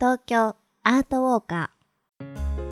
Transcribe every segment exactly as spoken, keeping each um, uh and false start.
東京アートウォーカー。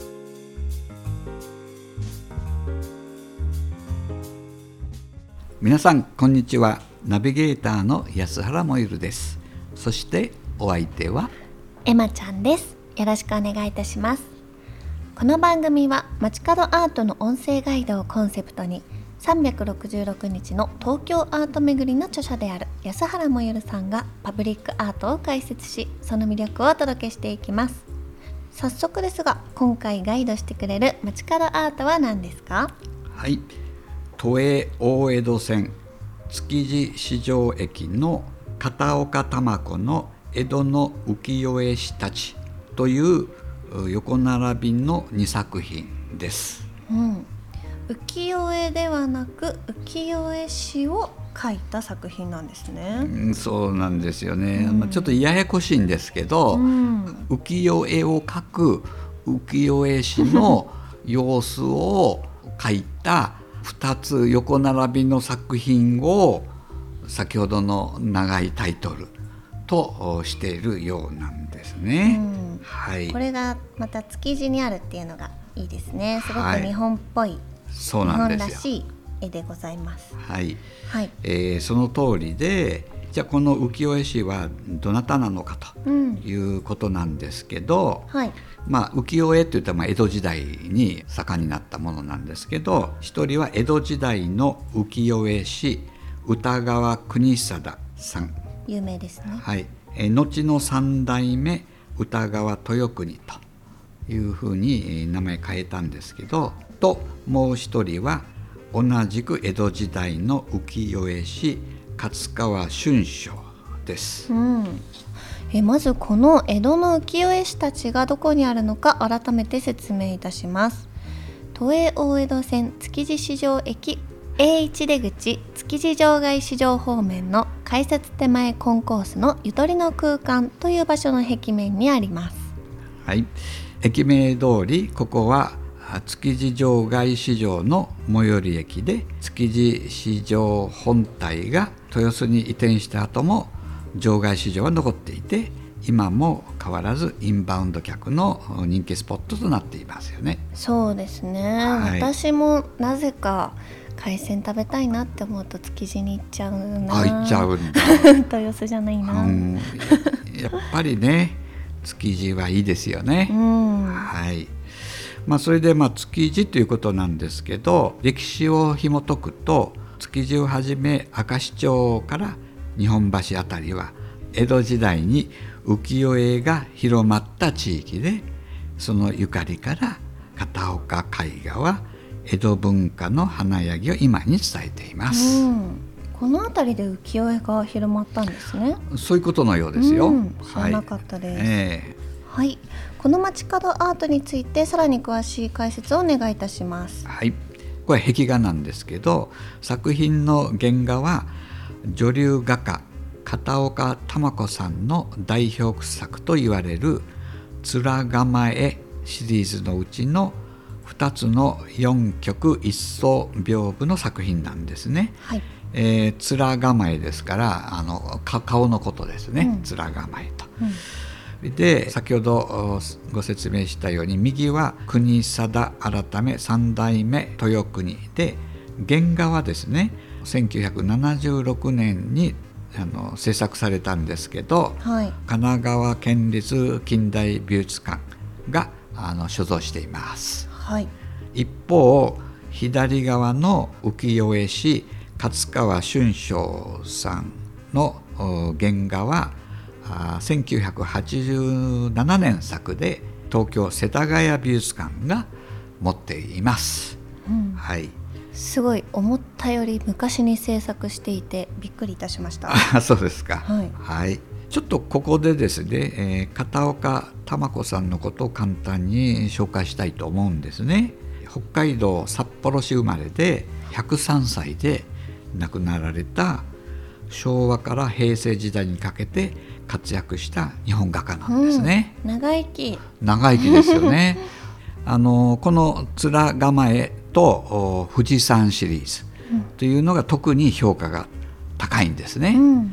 皆さんこんにちは。ナビゲーターの安原もゆるです。そしてお相手はエマちゃんです。よろしくお願いいたします。この番組は街角アートの音声ガイドをコンセプトにさんびゃくろくじゅうろくにちの東京アート巡りの著者である安原もゆるさんがパブリックアートを解説し、その魅力をお届けしていきます。早速ですが、今回ガイドしてくれる街角アートは何ですか？ はい、都営大江戸線築地市場駅の片岡玉子の江戸の浮世絵師たちという横並びのにさく品です。 うん、浮世絵ではなく浮世絵師を描いた作品なんですね。 うん、そうなんですよね、 うんまあ、ちょっとややこしいんですけど、うん、浮世絵を描く浮世絵師の様子を描いたふたつ横並びの作品を先ほどの長いタイトルとしているようなんですね、うんはい、 これがまた築地にあるっていうのがいいですね。すごく日本っぽい、はい、 そうなんですよ。 日本らしい絵でございます。 はいはいえー、その通りで、じゃあこの浮世絵師はどなたなのかということなんですけど、うんはいまあ、浮世絵といったらまあ江戸時代に盛んになったものなんですけど、一人は江戸時代の浮世絵師歌川国貞さん、 有名ですね、 はいえー、後の三代目歌川豊国というふうに名前変えたんですけど、ともう一人は同じく江戸時代の浮世絵師勝川春章です、 うんえまずこの江戸の浮世絵師たちがどこにあるのか改めて説明いたします。都営大江戸線築地市場駅 エーいち 出口築地場外市場方面の改札手前コンコースのゆとりの空間という場所の壁面にあります。 はい、駅名通りここは築地場外市場の最寄り駅で、築地市場本体が豊洲に移転した後も場外市場は残っていて、今も変わらずインバウンド客の人気スポットとなっていますよね。 そうですね、はい、私もなぜか海鮮食べたいなって思うと築地に行っちゃうな。 あ、行っちゃうんだ豊洲じゃないな、うん、 やっぱりね築地はいいですよね、うんはいまあ、それでまあ築地ということなんですけど、歴史を紐解くと築地をはじめ明石町から日本橋あたりは江戸時代に浮世絵が広まった地域で、そのゆかりから片岡絵画は江戸文化の華やぎを今に伝えています、うん、 このあたりで浮世絵が広まったんですね。 そういうことのようですよ、うん、 知らなかったです、 はいえーはい、この街角アートについてさらに詳しい解説をお願いいたします。 はい、これ壁画なんですけど、作品の原画は女流画家片岡玉子さんの代表作と言われる面構えシリーズのうちのふたつのよんきょくいっそう屏風の作品なんですね、はいえー、面構えですからあの顔のことですね、うん、面構えと、うん、で先ほどご説明したように右は国貞改め三代目豊国で、原画はですねせんきゅうひゃくななじゅうろくねんにあの制作されたんですけど、はい、神奈川県立近代美術館があの所蔵しています、はい、一方左側の浮世絵師勝川春章さんの原画はせんきゅうひゃくはちじゅうななねん作で東京世田谷美術館が持っています、うんはいすごい思ったより昔に制作していてびっくりいたしました。 あ、そうですか、はいはい、ちょっとここでですね、えー、片岡玉子さんのことを簡単に紹介したいと思うんですね。北海道札幌市生まれでひゃくさんさいで亡くなられた、昭和から平成時代にかけて活躍した日本画家なんですね、 うん、長生き長生きですよねあのこの面構えと富士山シリーズというのが特に評価が高いんですね、うん、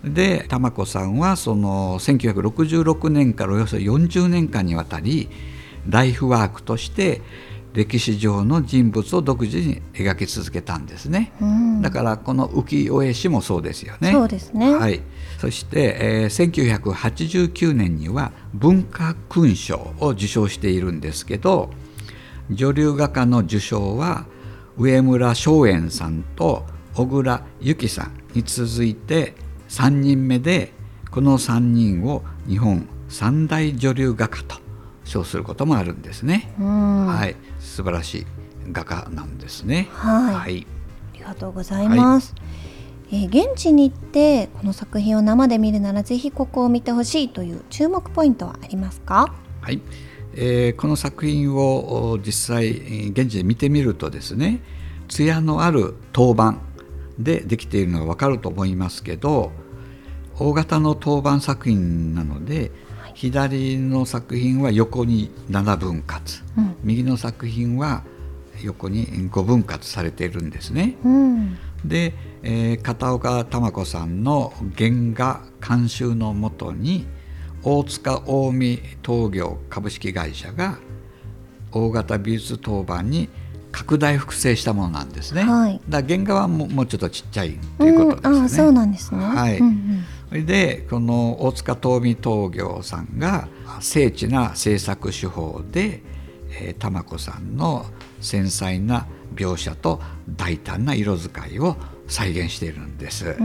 で玉子さんはそのせんきゅうひゃくろくじゅうろくねんからおよそよんじゅうねんかんにわたりライフワークとして歴史上の人物を独自に描き続けたんですね、うん、だからこの浮世絵師もそうですよね。 そうですね、 はい、そして、えー、せんきゅうひゃくはちじゅうきゅうねんには文化勲章を受章しているんですけど、女流画家の受章は上村松園さんと小倉由紀さんに続いてさんにんめで、このさんにんを日本三大女流画家と称することもあるんですね、はい、素晴らしい画家なんですね。 はい、はい、ありがとうございます、はい。えー、現地に行ってこの作品を生で見るならぜひここを見てほしいという注目ポイントはありますか？ はい、えー、この作品を実際現地で見てみるとですね、艶のある陶板でできているのが分かると思いますけど、大型の陶板作品なので、はい、左の作品は横にななぶん割、うん、右の作品は横にごぶん割されているんですね、うん、で、えー、片岡玉子さんの原画監修のもとに大塚近江陶業株式会社が大型美術陶板に拡大複製したものなんですね、はい、だから原画はもう、もうちょっとちっちゃいということですね、うん、 あ、そうなんですね、 はい、うんうん、それでこの大塚遠見陶業さんが精緻な制作手法で、えー、玉子さんの繊細な描写と大胆な色使いを再現しているんです、うん、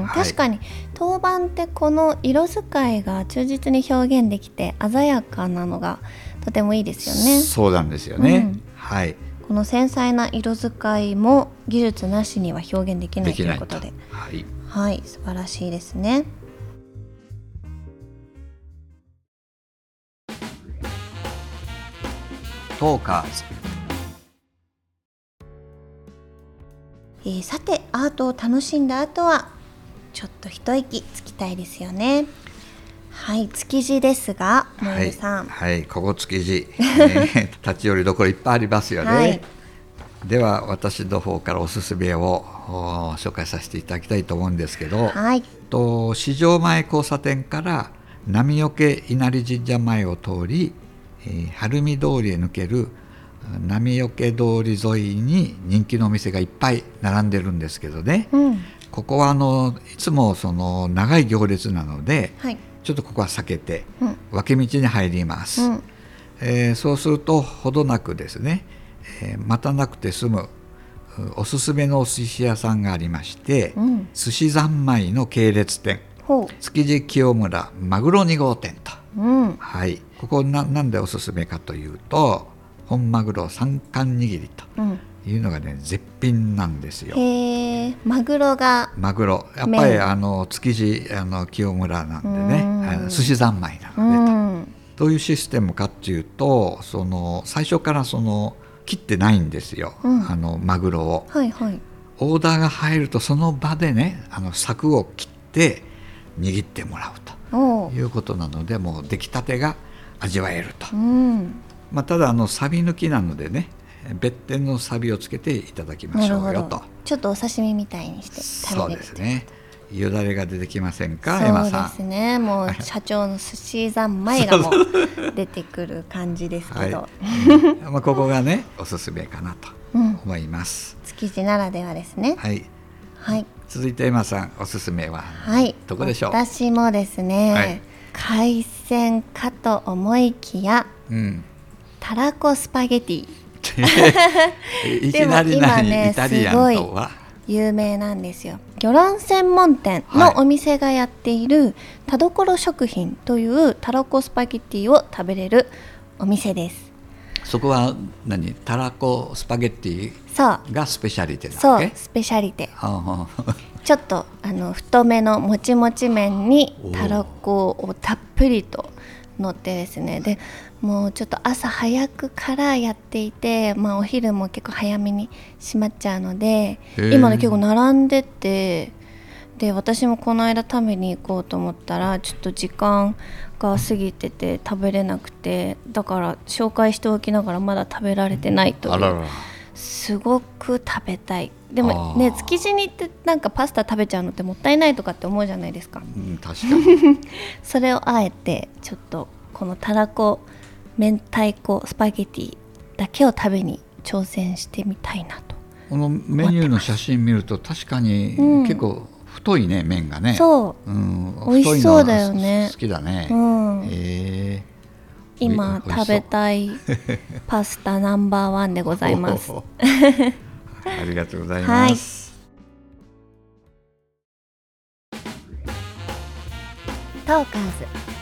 はい、確かに陶板ってこの色使いが忠実に表現できて鮮やかなのがとてもいいですよね。 そうなんですよね、うん、はい、 この繊細な色使いも技術なしには表現できないということで、 はい、 はい、素晴らしいですね。 トーカーズ、 えー、さてアートを楽しんだ後はちょっと一息つきたいですよね。はい、築地ですが、モエルさん、 はい、はい、ここ築地、ね、立ち寄りどころいっぱいありますよね、はい、では私の方からおすすめを紹介させていただきたいと思うんですけど、はい、と四条前交差点から波除稲荷神社前を通り、えー、晴海通りへ抜ける波除通り沿いに人気のお店がいっぱい並んでるんですけどね、うん、ここはあのいつもその長い行列なので、はい、ちょっとここは避けて脇道に入ります、うん、えー、そうするとほどなくですね、えー、待たなくて済むおすすめのお寿司屋さんがありまして、うん、寿司三昧の系列店、築地清村マグロに号店と、うん、はい、ここ な, なんでおすすめかというと本マグロ三貫握りというのがね、うん、絶品なんですよ。 へー、マグロがマグロやっぱりあの築地あの清村なんでね、あの寿司三昧なのでと、どういうシステムかっていうと、その最初からその切ってないんですよ、うん、あのマグロを、はいはい、オーダーが入るとその場でね、あの柵を切って握ってもらうということなので、もう出来たてが味わえると、うん、まあ、ただあのサビ抜きなのでね、別点のサビをつけていただきましょうよと。 ちょっとお刺身みたいにして食べれる。 そうですね、よだれが出てきませんか、エマさん。 そうですね、もう社長の寿司三昧がもう出てくる感じですけど、はい、 まあここがねおすすめかなと思います、 うん、築地ならではですね。 はい、 はい、 続いてエマさんおすすめはどこでしょう。 はい、私もですね、はい、海鮮かと思いきや、うん、たらこスパゲティいきなり何、ね、イタリアンとは有名なんですよ。魚卵専門店のお店がやっている田所食品というたらこスパゲティを食べれるお店です。 そこは何、たらこスパゲティがスペシャリテなわけ？ そう、スペシャリテちょっとあの太めのもちもち麺にたらこをたっぷりと乗ってですね、でもうちょっと朝早くからやっていて、まあ、お昼も結構早めに閉まっちゃうので、今ね結構並んでて、で私もこの間食べに行こうと思ったらちょっと時間が過ぎてて食べれなくて、だから紹介しておきながらまだ食べられてないという、 あらら、 すごく食べたい。でもね、築地に行ってなんかパスタ食べちゃうのってもったいないとかって思うじゃないですか、 うん、確かにそれをあえてちょっとこのたらこ明太子スパゲティだけを食べに挑戦してみたいなと。 このメニューの写真見ると確かに結構太いね、うん、麺がね。 そう、うん、美味しそうだよね。 好きだね、 うん、 えー、 今食べたいパスタナンバーワンでございますありがとうございます、 はい、トーカーズ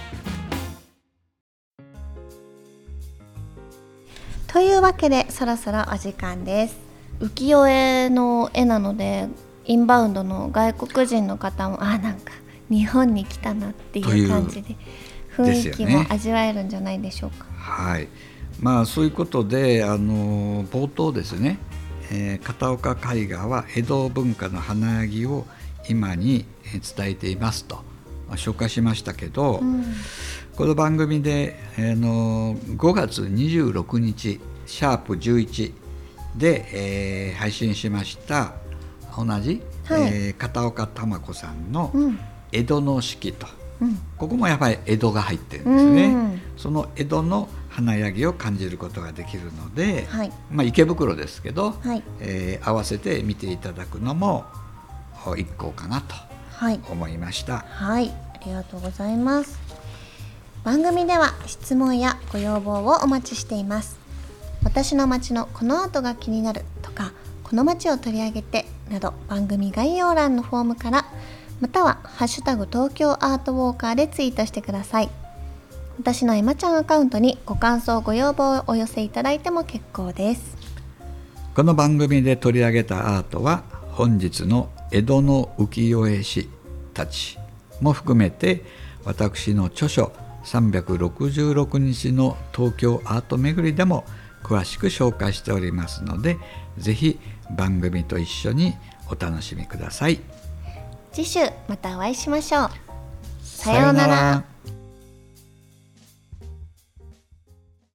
というわけでそろそろお時間です。浮世絵の絵なのでインバウンドの外国人の方もあなんか日本に来たなっていう感じで雰囲気も味わえるんじゃないでしょうか。 はい、まあそういうことであの冒頭ですね、えー、片岡絵画は江戸文化の華やぎを今に伝えていますと紹介しましたけど、うん、この番組であのごがつにじゅうろくにちシャープじゅういちで、えー、配信しました同じ、はい、えー、片岡珠子さんの江戸の四季と、うん、ここもやっぱり江戸が入ってるんですね、うん、その江戸の華やぎを感じることができるので、はい、まあ、池袋ですけど、はい、えー、合わせて見ていただくのも一項かなと思いました。 はい、はい、ありがとうございます。番組では質問やご要望をお待ちしています。私の街のこのアートが気になるとか、この街を取り上げてなど番組概要欄のフォームから、またはハッシュタグ東京アートウォーカーでツイートしてください。私のエマちゃんアカウントにご感想ご要望をお寄せいただいても結構です。 この番組で取り上げたアートは本日の江戸の浮世絵師たちも含めて私の著書さんびゃくろくじゅうろくにちの東京アート巡りでも詳しく紹介しておりますので、ぜひ番組と一緒にお楽しみください。 次週またお会いしましょう。さようなら。